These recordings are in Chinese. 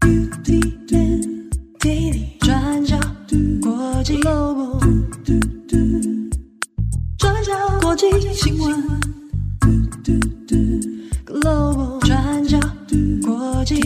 转角国际 Global， 转角国际新闻 Global， 转角国际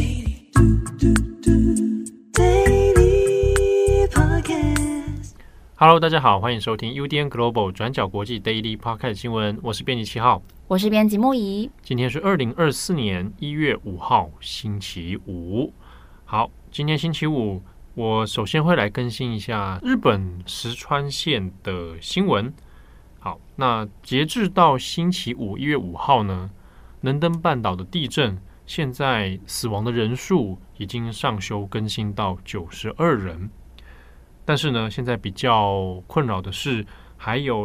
Daily Podcast。 Hello， 大家好，欢迎收听 UDN Global 转角国际 Daily Podcast 新闻，我是编辑7号， 我是编辑木仪。今天是2024年1月5号，星期五。好，今天星期五，我首先会来更新一下日本石川县的新闻。好，那截至到星期五1月5号呢，能登半岛的地震，现在死亡的人数已经上修更新到92人。但是呢，现在比较困扰的是，还有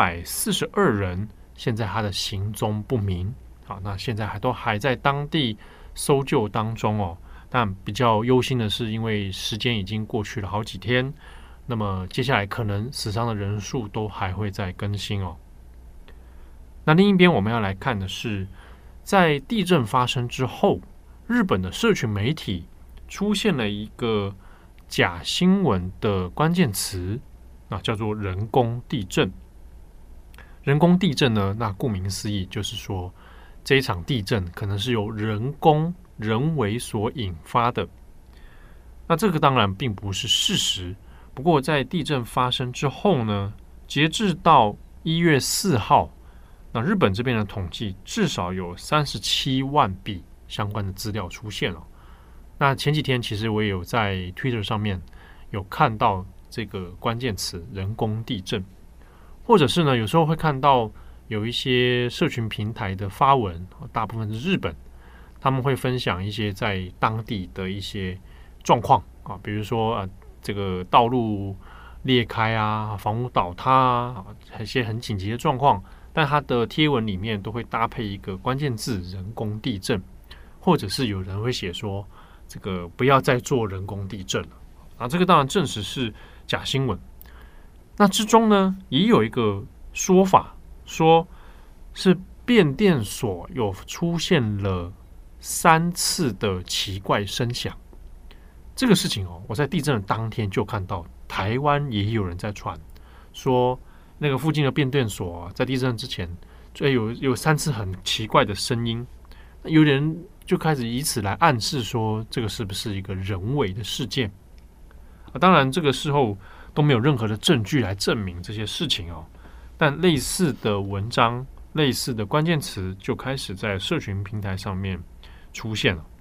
242人现在他的行踪不明。好，那现在都还在当地搜救当中哦。但比较忧心的是，因为时间已经过去了好几天，那么接下来可能死伤的人数都还会再更新哦。那另一边我们要来看的是，在地震发生之后，日本的社群媒体出现了一个假新闻的关键词，叫做人工地震。人工地震呢，那顾名思义就是说，这一场地震可能是由人为所引发的。那这个当然并不是事实，不过在地震发生之后呢，截至到1月4号，那日本这边的统计至少有37万笔相关的资料出现了。那前几天其实我也有在 Twitter 上面有看到这个关键词人工地震，或者是呢有时候会看到有一些社群平台的发文，大部分是日本，他们会分享一些在当地的一些状况啊，比如说这个道路裂开啊，房屋倒塌啊，一些很紧急的状况，但它的贴文里面都会搭配一个关键字人工地震，或者是有人会写说这个不要再做人工地震了啊，这个当然证实是假新闻。那之中呢，也有一个说法，说是变电所有出现了3次的奇怪声响。这个事情我在地震的当天就看到，台湾也有人在传说，那个附近的变电所在地震之前，有3次很奇怪的声音。有人就开始以此来暗示说，这个是不是一个人为的事件当然，这个事后都没有任何的证据来证明这些事情但类似的文章、类似的关键词就开始在社群平台上面出现了。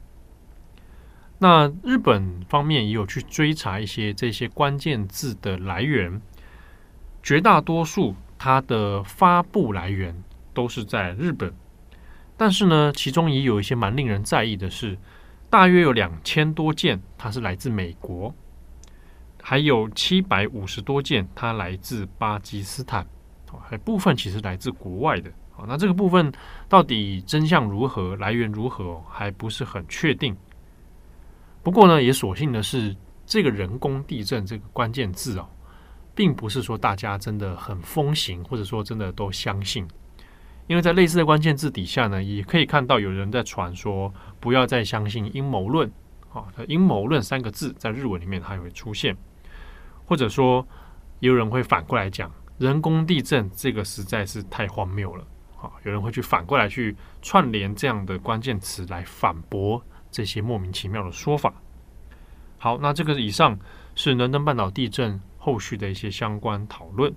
那日本方面也有去追查一些这些关键字的来源，绝大多数它的发布来源都是在日本。但是呢，其中也有一些蛮令人在意的是，大约有2000多件它是来自美国，还有750多件它来自巴基斯坦，还部分其实来自国外的。那这个部分到底真相如何，来源如何，还不是很确定。不过呢，也所幸的是，这个人工地震这个关键字并不是说大家真的很风行，或者说真的都相信。因为在类似的关键字底下呢，也可以看到有人在传说不要再相信阴谋论阴谋论3个字在日文里面它也会出现，或者说也有人会反过来讲人工地震这个实在是太荒谬了有人会去反过来去串联这样的关键词来反驳这些莫名其妙的说法。好，那这个以上是能登半岛地震后续的一些相关讨论。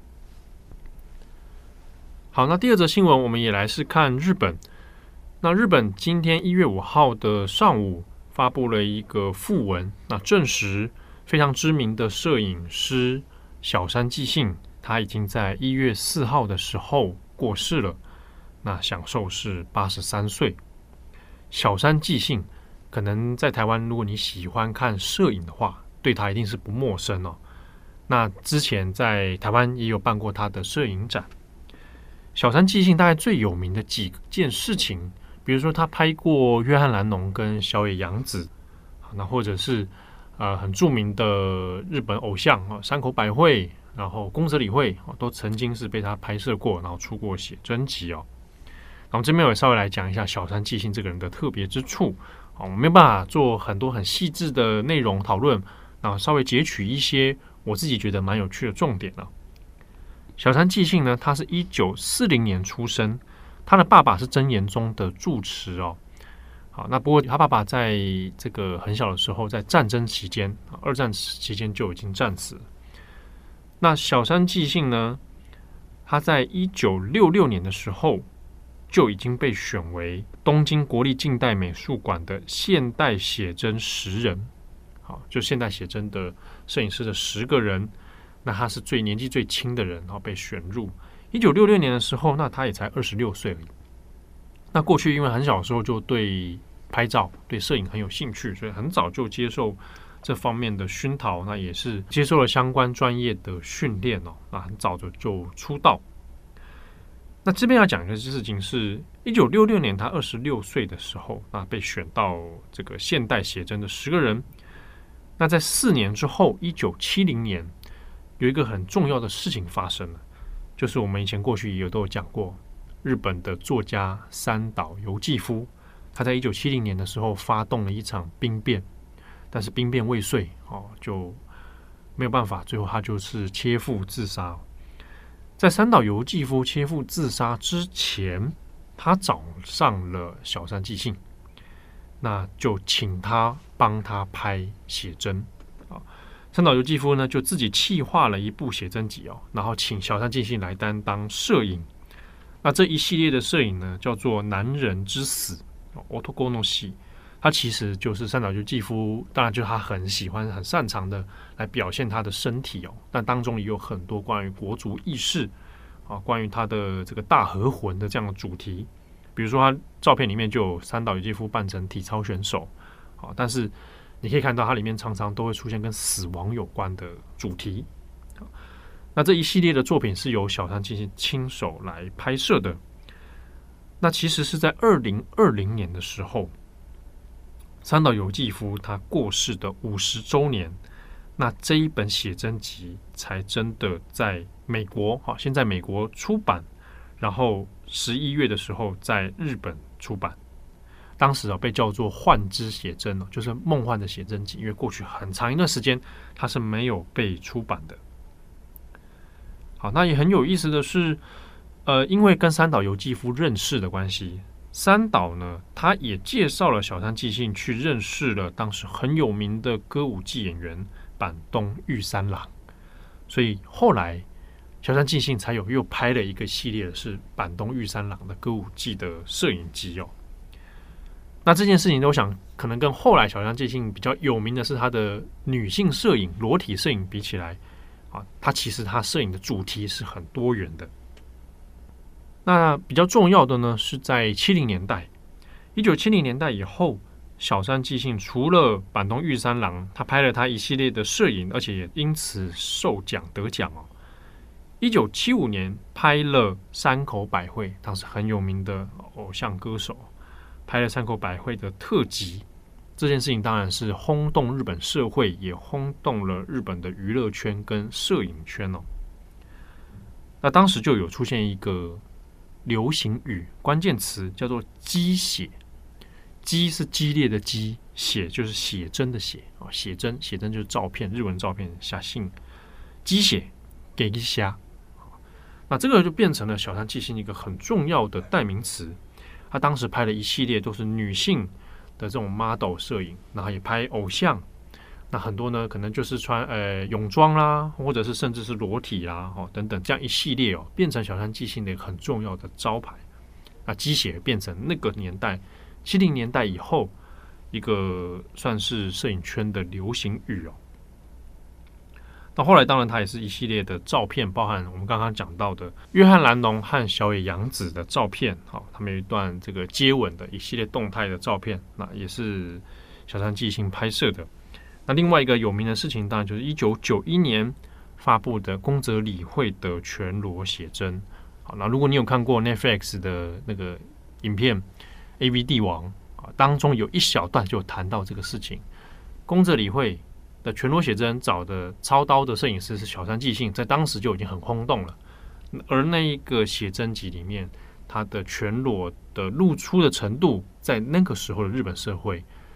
好，那第二则新闻我们也来是看日本。那日本今天1月5号的上午发布了一个讣文，那证实非常知名的摄影师小山纪信，他已经在1月4号的时候过世了，那享寿是83岁。小山纪信可能在台湾，如果你喜欢看摄影的话，对他一定是不陌生那之前在台湾也有办过他的摄影展。小山纪信大概最有名的几件事情，比如说他拍过约翰兰农跟小野洋子，那或者是很著名的日本偶像山口百惠，然后宫泽理惠都曾经是被他拍摄过，然后出过写真集然后这边我也稍微来讲一下小山纪信这个人的特别之处我没有办法做很多很细致的内容讨论，稍微截取一些我自己觉得蛮有趣的重点啊。小山纪信呢，他是1940年出生，他的爸爸是真言宗的住持哦。好，那不过他爸爸在这个很小的时候，在战争期间，二战期间就已经战死了。那小山纪信呢，他在1966年的时候就已经被选为东京国立近代美术馆的现代写真10人，好，就现代写真的摄影师的10个人。那他是年纪最轻的人，被选入。1966年的时候，那他也才26岁而已。那过去因为很小的时候就对拍照、对摄影很有兴趣，所以很早就接受这方面的熏陶，那也是接受了相关专业的训练哦。那很早就出道。那这边要讲一个事情是，1966年他26岁的时候，那被选到这个现代写真的10个人。那在4年之后，1970年。有一个很重要的事情发生了，就是我们以前过去也都有讲过，日本的作家三岛由纪夫，他在1970年的时候发动了一场兵变，但是兵变未遂，就没有办法，最后他就是切腹自杀。在三岛由纪夫切腹自杀之前，他找上了小山纪信，那就请他帮他拍写真。三岛由纪夫呢，就自己企划了一部写真集然后请小山纪信来担当摄影。那这一系列的摄影呢，叫做《男人之死》（Otoko no shi）。它其实就是三岛由纪夫，当然就是他很喜欢、很擅长的来表现他的身体但当中也有很多关于国族意识关于他的这个大和魂的这样的主题。比如说，他照片里面就有三岛由纪夫扮成体操选手但是你可以看到它里面常常都会出现跟死亡有关的主题。那这一系列的作品是由小山纪信亲手来拍摄的。那其实是在2020年的时候，三岛由纪夫他过世的50周年，那这一本写真集才真的在美国先在美国出版，然后11月的时候在日本出版。当时被叫做幻之写真就是梦幻的写真集，因为过去很长一段时间它是没有被出版的。好，那也很有意思的是，因为跟三岛由纪夫认识的关系，三岛呢他也介绍了小山纪信去认识了当时很有名的歌舞伎演员坂东玉三郎，所以后来小山纪信才又拍了一个系列的是坂东玉三郎的歌舞伎的摄影集那这件事情，我想可能跟后来小山纪信比较有名的是他的女性摄影、裸体摄影比起来，他其实他摄影的主题是很多元的。那比较重要的呢，是在70年代，1970年代以后，小山纪信除了坂东玉三郎，他拍了他一系列的摄影，而且也因此受奖得奖1975年拍了山口百惠，当时很有名的偶像歌手。拍了山口百惠的特辑，这件事情当然是轰动日本社会，也轰动了日本的娱乐圈跟摄影圈那当时就有出现一个流行语关键词，叫做激写。激是激烈的激，写就是写真的写写真就是照片，日文照片写信，激写给一下。那这个就变成了小山纪信一个很重要的代名词。他当时拍了一系列都是女性的这种 model 摄影，然后也拍偶像，那很多呢可能就是穿泳装啦，或者是甚至是裸体啦等等，这样一系列变成小山纪信的一个很重要的招牌。那鸡血变成那个年代70年代以后一个算是摄影圈的流行语那后来当然它也是一系列的照片，包含我们刚刚讲到的约翰兰农和小野洋子的照片，他们有一段这个接吻的一系列动态的照片，那也是小山纪信拍摄的。那另外一个有名的事情当然就是1991年发布的宫泽理惠的全裸写真。好，那如果你有看过 Netflix 的那个影片 AV 帝王当中有一小段就谈到这个事情，宫泽理惠的全裸写真找的操刀的摄影师是小山纪信，在当时就已经很轰动了。而那一个写真集里面，它的全裸的露出的程度，在那个时候的日本社会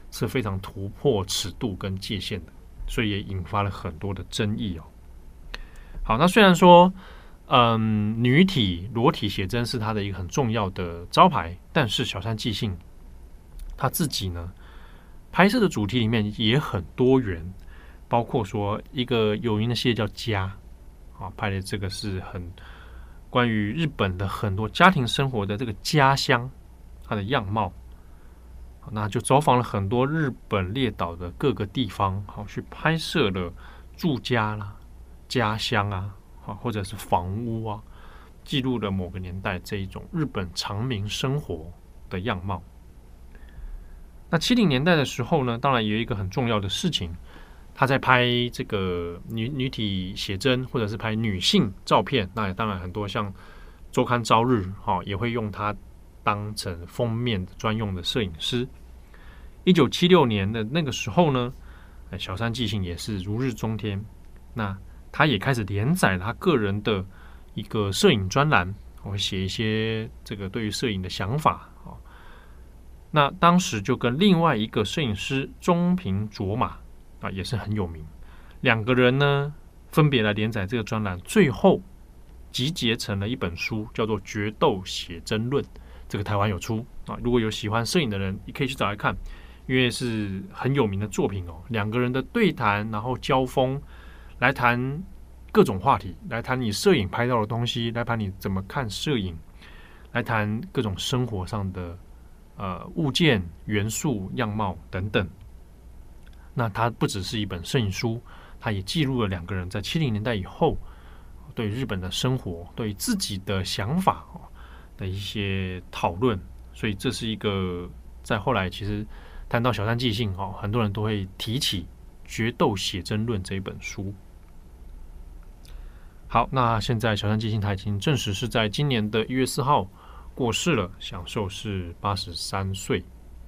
是非常突破尺度跟界限的，所以也引发了很多的争议哦。好，那虽然说女体裸体写真是它的一个很重要的招牌，但是小山纪信他自己呢拍摄的主题里面也很多元，包括说一个有名的系列叫家拍的这个是很关于日本的很多家庭生活的这个家乡它的样貌，那就走访了很多日本列岛的各个地方，去拍摄了住家啦、家乡啊，或者是房屋啊，记录了某个年代这一种日本常民生活的样貌。那70年代的时候呢，当然也有一个很重要的事情，他在拍这个女体写真或者是拍女性照片，那也当然很多像周刊朝日也会用它当成封面专用的摄影师。1976年的那个时候呢，小山纪信也是如日中天，那他也开始连载他个人的一个摄影专栏，会写一些这个对于摄影的想法。那当时就跟另外一个摄影师中平卓马也是很有名，两个人呢分别来连载这个专栏，最后集结成了一本书，叫做《决斗写真论》，这个台湾有出如果有喜欢摄影的人，你可以去找来看，因为是很有名的作品两个人的对谈，然后交锋，来谈各种话题，来谈你摄影拍到的东西，来谈你怎么看摄影，来谈各种生活上的物件、元素、样貌等等。那它不只是一本摄影书，它也记录了两个人在70年代以后对日本的生活、对自己的想法的一些讨论。所以这是一个在后来其实谈到小山纪信很多人都会提起《决斗写真论》这一本书。好，那现在小山纪信他已经证实是在今年的1月4号过世了，享寿是83岁。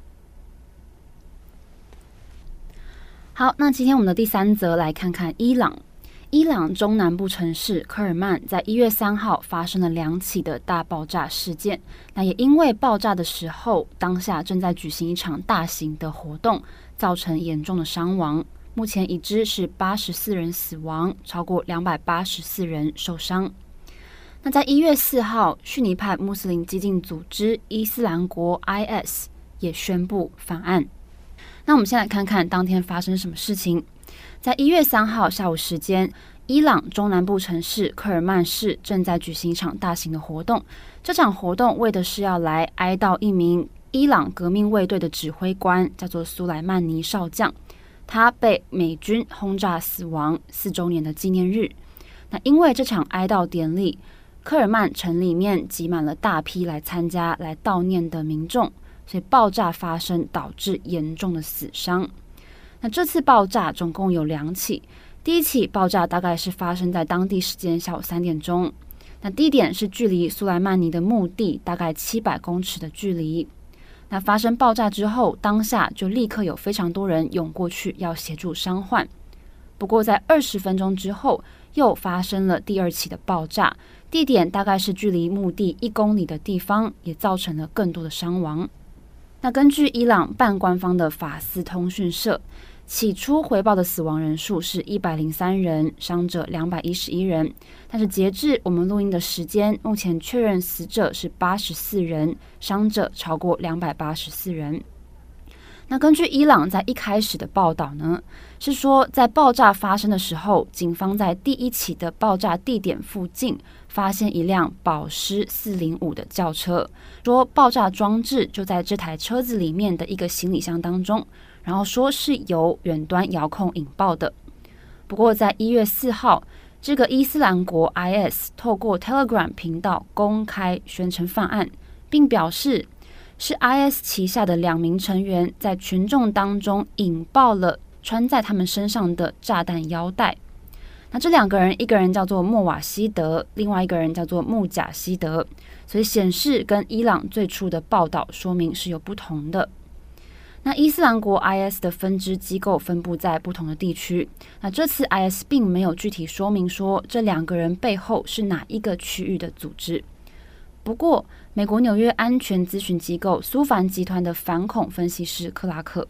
好，那今天我们的第3则来看看伊朗。伊朗中南部城市科尔曼在1月3号发生了2起的大爆炸事件。那也因为爆炸的时候，当下正在举行一场大型的活动，造成严重的伤亡。目前已知是84人死亡，超过284人受伤。那在1月4号，逊尼派穆斯林激进组织伊斯兰国 IS 也宣布犯案。那我们先来看看当天发生什么事情。在1月3号下午时间，伊朗中南部城市科尔曼市正在举行一场大型的活动。这场活动为的是要来哀悼一名伊朗革命卫队的指挥官，叫做苏莱曼尼少将，他被美军轰炸死亡4周年的纪念日。那因为这场哀悼典礼，科尔曼城里面挤满了大批来参加、来悼念的民众，所以爆炸发生，导致严重的死伤。那这次爆炸总共有2起，第一起爆炸大概是发生在当地时间下午3点钟。那地点是距离苏莱曼尼的墓地大概700公尺的距离。那发生爆炸之后，当下就立刻有非常多人涌过去要协助伤患。不过在20分钟之后，又发生了第2起的爆炸，地点大概是距离墓地1公里的地方，也造成了更多的伤亡。那根据伊朗半官方的法斯通讯社，起初回报的死亡人数是103人，伤者211人。但是截至我们录音的时间，目前确认死者是84人，伤者超过284人。那根据伊朗在一开始的报道呢，是说在爆炸发生的时候，警方在第1起的爆炸地点附近发现一辆保时405的轿车，说爆炸装置就在这台车子里面的一个行李箱当中，然后说是由远端遥控引爆的。不过在1月4号，这个伊斯兰国 IS 透过 Telegram 频道公开宣称犯案，并表示是 IS 旗下的2名成员在群众当中引爆了穿在他们身上的炸弹腰带。那这2个人，一个人叫做莫瓦希德，另外一个人叫做穆贾希德，所以显示跟伊朗最初的报道说明是有不同的。那伊斯兰国 IS 的分支机构分布在不同的地区，那这次 IS 并没有具体说明说这2个人背后是哪一个区域的组织。不过美国纽约安全咨询机构苏凡集团的反恐分析师克拉克，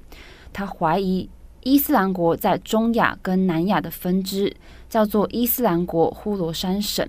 他怀疑伊斯兰国在中亚跟南亚的分支叫做伊斯兰国呼罗珊省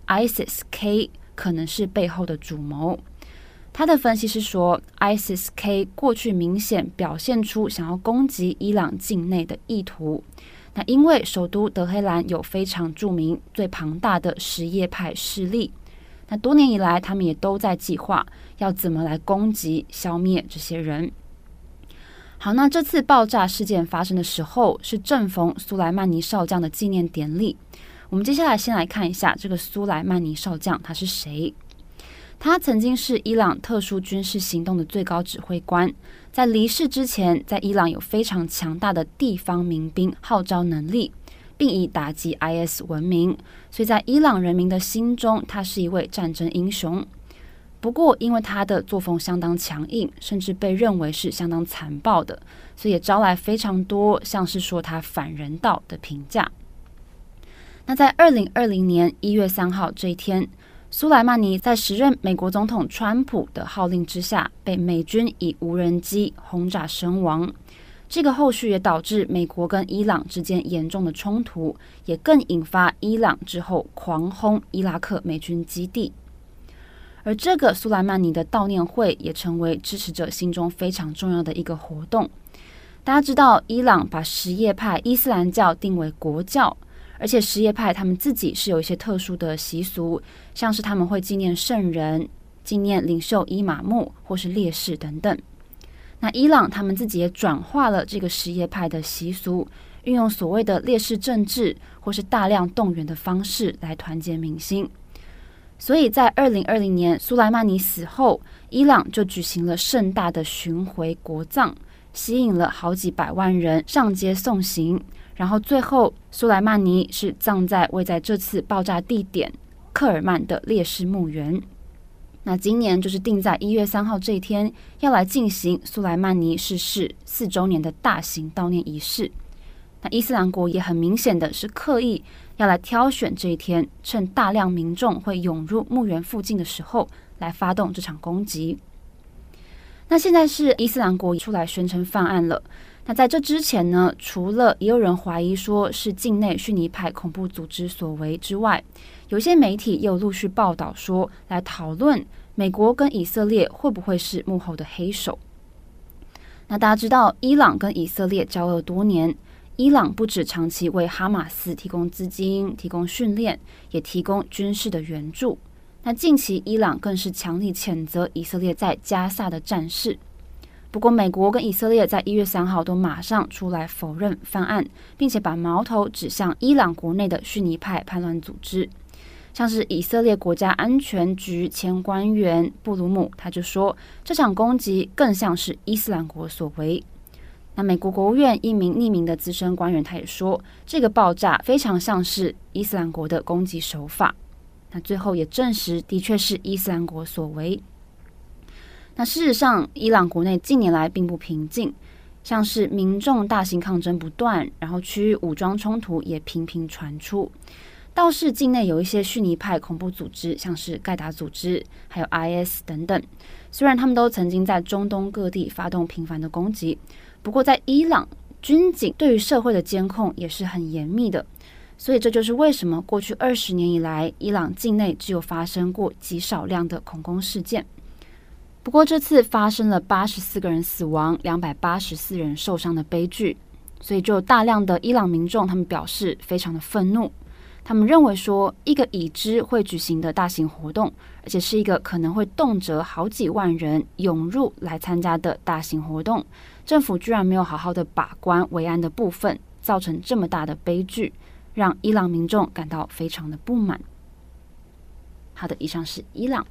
ISIS-K 可能是背后的主谋。他的分析是说 ISIS-K 过去明显表现出想要攻击伊朗境内的意图。那因为首都德黑兰有非常著名最庞大的什叶派势力，那多年以来他们也都在计划要怎么来攻击消灭这些人。好，那这次爆炸事件发生的时候是正逢苏莱曼尼少将的纪念典礼。我们接下来先来看一下这个苏莱曼尼少将他是谁。他曾经是伊朗特殊军事行动的最高指挥官，在离世之前，在伊朗有非常强大的地方民兵号召能力，并以打击 IS 闻名，所以在伊朗人民的心中，他是一位战争英雄。不过，因为他的作风相当强硬，甚至被认为是相当残暴的，所以也招来非常多像是说他反人道的评价。那在2020年1月3号这一天，苏莱曼尼在时任美国总统川普的号令之下，被美军以无人机轰炸身亡。这个后续也导致美国跟伊朗之间严重的冲突，也更引发伊朗之后狂轰伊拉克美军基地。而这个苏莱曼尼的悼念会也成为支持者心中非常重要的一个活动。大家知道，伊朗把什叶派伊斯兰教定为国教，而且什叶派他们自己是有一些特殊的习俗，像是他们会纪念圣人、纪念领袖伊玛目或是烈士等等。那伊朗他们自己也转化了这个什叶派的习俗，运用所谓的烈士政治或是大量动员的方式来团结民心。所以在2020年苏莱曼尼死后，伊朗就举行了盛大的巡回国葬，吸引了好几百万人上街送行。然后最后苏莱曼尼是葬在位在这次爆炸地点克尔曼的烈士墓园。那今年就是定在1月3号这一天，要来进行苏莱曼尼逝世4周年的大型悼念仪式。那伊斯兰国也很明显的是刻意要来挑选这一天，趁大量民众会涌入墓园附近的时候，来发动这场攻击。那现在是伊斯兰国出来宣称犯案了。那在这之前呢，除了也有人怀疑说是境内逊尼派恐怖组织所为之外，有些媒体也有陆续报道说，来讨论美国跟以色列会不会是幕后的黑手。那大家知道，伊朗跟以色列交恶多年，伊朗不只长期为哈马斯提供资金、提供训练，也提供军事的援助。那近期伊朗更是强力谴责以色列在加萨的战事。不过美国跟以色列在1月3号都马上出来否认犯案，并且把矛头指向伊朗国内的逊尼派叛乱组织。像是以色列国家安全局前官员布鲁姆，他就说这场攻击更像是伊斯兰国所为。那美国国务院一名匿名的资深官员他也说，这个爆炸非常像是伊斯兰国的攻击手法。那最后也证实的确是伊斯兰国所为。那事实上，伊朗国内近年来并不平静，像是民众大型抗争不断，然后区域武装冲突也频频传出。倒是境内有一些逊尼派恐怖组织，像是盖达组织，还有 IS 等等，虽然他们都曾经在中东各地发动频繁的攻击，不过在伊朗，军警对于社会的监控也是很严密的。所以这就是为什么过去20年以来，伊朗境内只有发生过极少量的恐攻事件。不过这次发生了84个人死亡、284人受伤的悲剧，所以就有大量的伊朗民众他们表示非常的愤怒。他们认为说，一个已知会举行的大型活动，而且是一个可能会动辄好几万人涌入来参加的大型活动，政府居然没有好好的把关维安的部分，造成这么大的悲剧，让伊朗民众感到非常的不满。好的，以上是伊朗。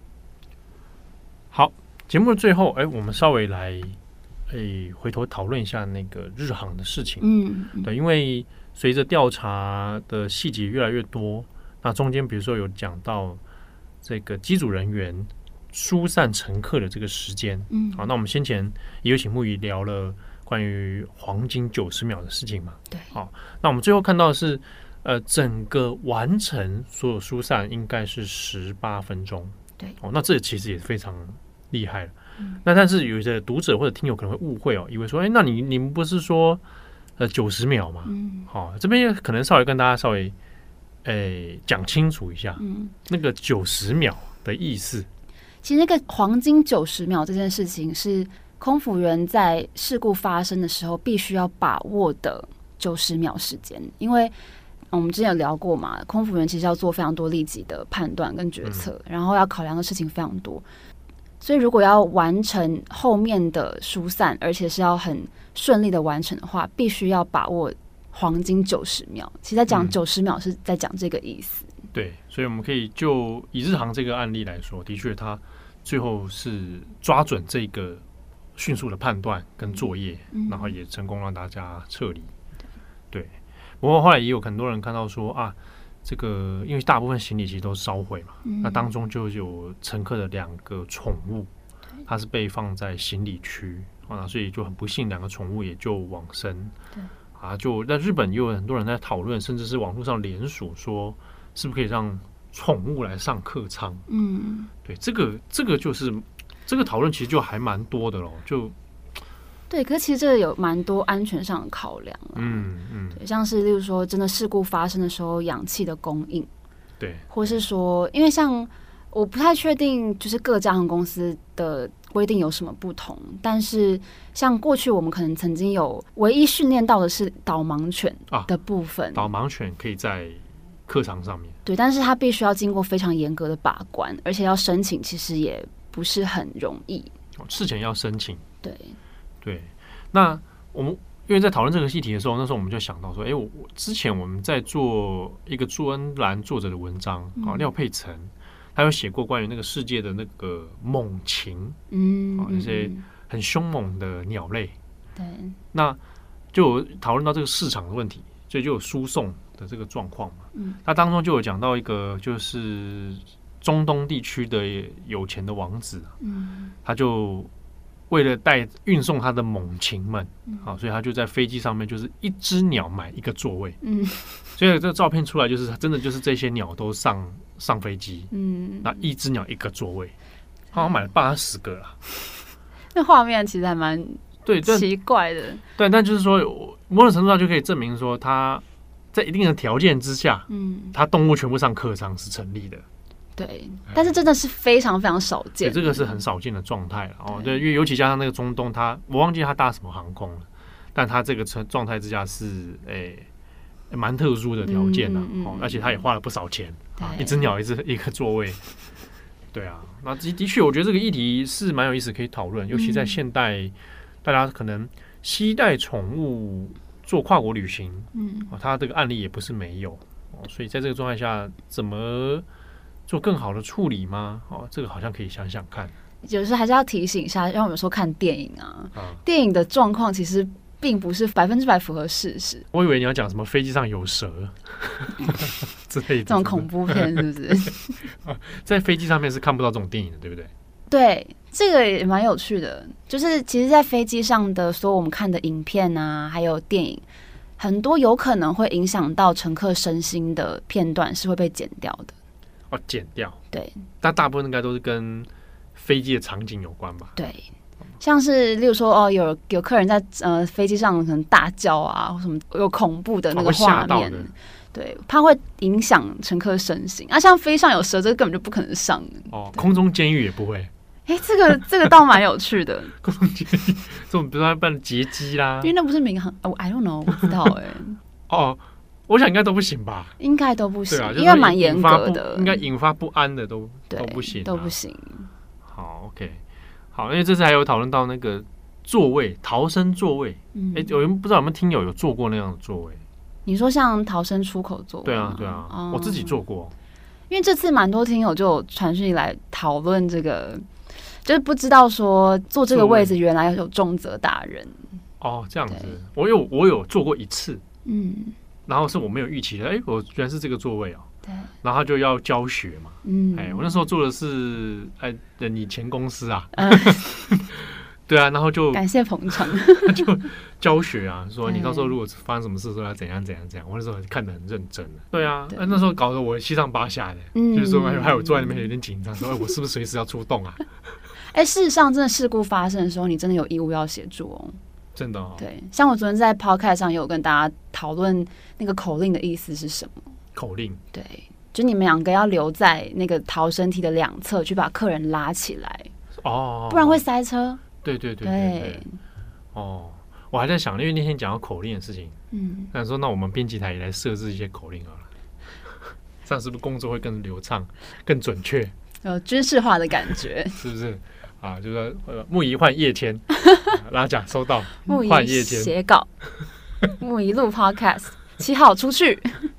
好，节目的最后，我们稍微来，回头讨论一下那个日航的事情。对，因为随着调查的细节越来越多，那中间比如说有讲到这个机组人员疏散乘客的这个时间，好，那我们先前也有请木仪聊了关于黄金90秒的事情嘛， 对， 好，那我们最后看到的是，整个完成所有疏散应该是18分钟， 对， 那这其实也非常厉害了。 那但是有些读者或者听友可能会误会哦，以为说，哎，那你们不是说90秒吗？好，这边可能稍微跟大家稍微讲清楚一下，那个90秒的意思。 其实那个黄金90秒这件事情是空服员在事故发生的时候必须要把握的90秒时间，因为我们之前有聊过嘛，空服员其实要做非常多立即的判断跟决策，然后要考量的事情非常多，所以如果要完成后面的疏散，而且是要很顺利的完成的话，必须要把握黄金90秒。其实在讲90秒是在讲这个意思。 对，所以我们可以就以日航这个案例来说，的确他最后是抓准这个迅速的判断跟作业，然后也成功让大家撤离。对，不过后来也有很多人看到说啊，这个因为大部分行李其实都烧毁嘛，那当中就有乘客的2个宠物，它是被放在行李区啊，所以就很不幸2个宠物也就往生。啊，就在日本也有很多人在讨论，甚至是网络上联署说，是不是可以让宠物来上客舱？对，这个就是这个讨论其实就还蛮多的咯，就对，可是其实这个有蛮多安全上的考量对，像是例如说真的事故发生的时候，氧气的供应， 对， 或是说，因为像我不太确定，就是各家航空公司的规定有什么不同，但是像过去我们可能曾经有唯一训练到的是导盲犬的部分， 导盲犬可以在客舱上面， 对，但是它必须要经过非常严格的把关，而且要申请，其实也不是很容易， 事前要申请， 对， 那我们因为在讨论这个议题的时候，那时候我们就想到说，我之前我们在做一个朱恩兰作者的文章廖佩岑，他有写过关于那个世界的那个猛禽，那些很凶猛的鸟类， 对， 那就有讨论到这个市场的问题，所以就有输送的这个状况嘛。那当中就有讲到一个就是中东地区的有钱的王子，他就为了运送他的猛禽们，所以他就在飞机上面就是一只鸟买1个座位，所以这个照片出来就是真的就是这些鸟都上飞机，那一只鸟1个座位，好像买了80个啦。 那画面其实还蛮奇怪的， 对，但就是说某种程度上就可以证明说他在一定的条件之下，他动物全部上客舱是成立的。 对，但是真的是非常非常少见， 这个是很少见的状态了对，因为尤其加上那个中东，我忘记他搭什么航空了，但他这个状态之下是蛮特殊的条件而且他也花了不少钱一只鸟一个座位。对啊，那的确，我觉得这个议题是蛮有意思，可以讨论，尤其在现代，大家可能携带宠物做跨国旅行，他这个案例也不是没有所以在这个状态下，怎么做更好的处理吗？这个好像可以想想看。 有时还是要提醒一下，因为我们有时候看电影电影的状况其实并不是100%符合事实。 我以为你要讲什么飞机上有蛇之类的， 这种恐怖片是不是？ 在飞机上面是看不到这种电影的，对不对？ 对，这个也蛮有趣的。就是其实，在飞机上的所有我们看的影片还有电影，很多有可能会影响到乘客身心的片段是会被剪掉的。 剪掉， 对， 但大部分应该都是跟飞机的场景有关吧？ 对，像是例如说有客人在飞机上可能大叫或什么有恐怖的那个画面，对，它会影响乘客身心像飞上有蛇，这根本就不可能上空中监狱也不会。 这个倒蛮有趣的。 空中监狱这种比如说办劫机啦， 因为那不是民航I don't know， 我不知道我想应该都不行吧？ 应该都不行， 对因为蛮严格的， 应该引发不安的都不行， 都不行。 好 ，OK， 好，因为这次还有讨论到那个座位逃生座位，有人不知道有没有听友有坐过那样的座位？ 你说像逃生出口座位？ 对啊，我自己坐过。 因为这次蛮多听友就有传讯来讨论这个，就是不知道说坐这个位置原来有重责大人这样子。我有坐过一次，然后是我没有预期的，我居然是这个座位对， 然后他就要教学嘛，我那时候做的是你前公司对， 对啊，然后就感谢捧场， 就教学啊，说你到时候如果发生什么事，说要怎样怎样怎样。我那时候看得很认真。对啊，那时候搞得我七上八下的，就是说还有坐在那边有点紧张，说我是不是随时要出动啊？ 事实上，真的事故发生的时候，你真的有义务要协助哦。 真的哦。 对，像我昨天在 podcast 上也有跟大家讨论那个口令的意思是什么。口令， 对，就你们两个要留在那个逃生梯的两侧，去把客人拉起来哦，不然会塞车。对。 哦，我还在想，因为那天讲到口令的事情，想说那我们编辑台也来设置一些口令好了，这样是不是工作会更流畅、更准确？ 军事化的感觉， 是不是？啊，就是木仪换叶谦，拉奖收到， 木仪换叶谦写稿，木仪录 podcast， 7号出去。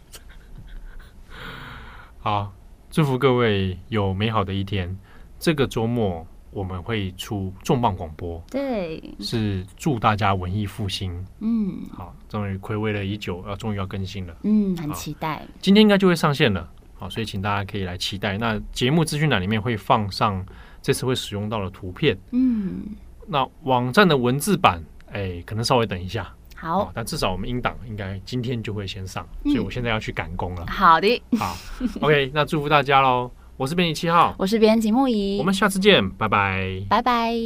好，祝福各位有美好的一天。这个周末我们会出重磅广播， 对， 是祝大家文艺复兴。好，终于睽违了已久，终于要更新了。 很期待。 今天应该就会上线了。好，所以请大家可以来期待。那节目资讯栏里面会放上这次会使用到的图片。那网站的文字版，可能稍微等一下。 好， 但至少我们音档应该今天就会先上，所以我现在要去赶工了。 好的， 好 ，OK， 那祝福大家喽！我是编辑7号， 我是编辑木仪， 我们下次见，拜拜， 拜拜。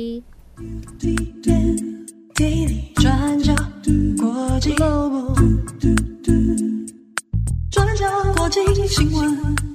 转角国际 Global， 转角国际新闻。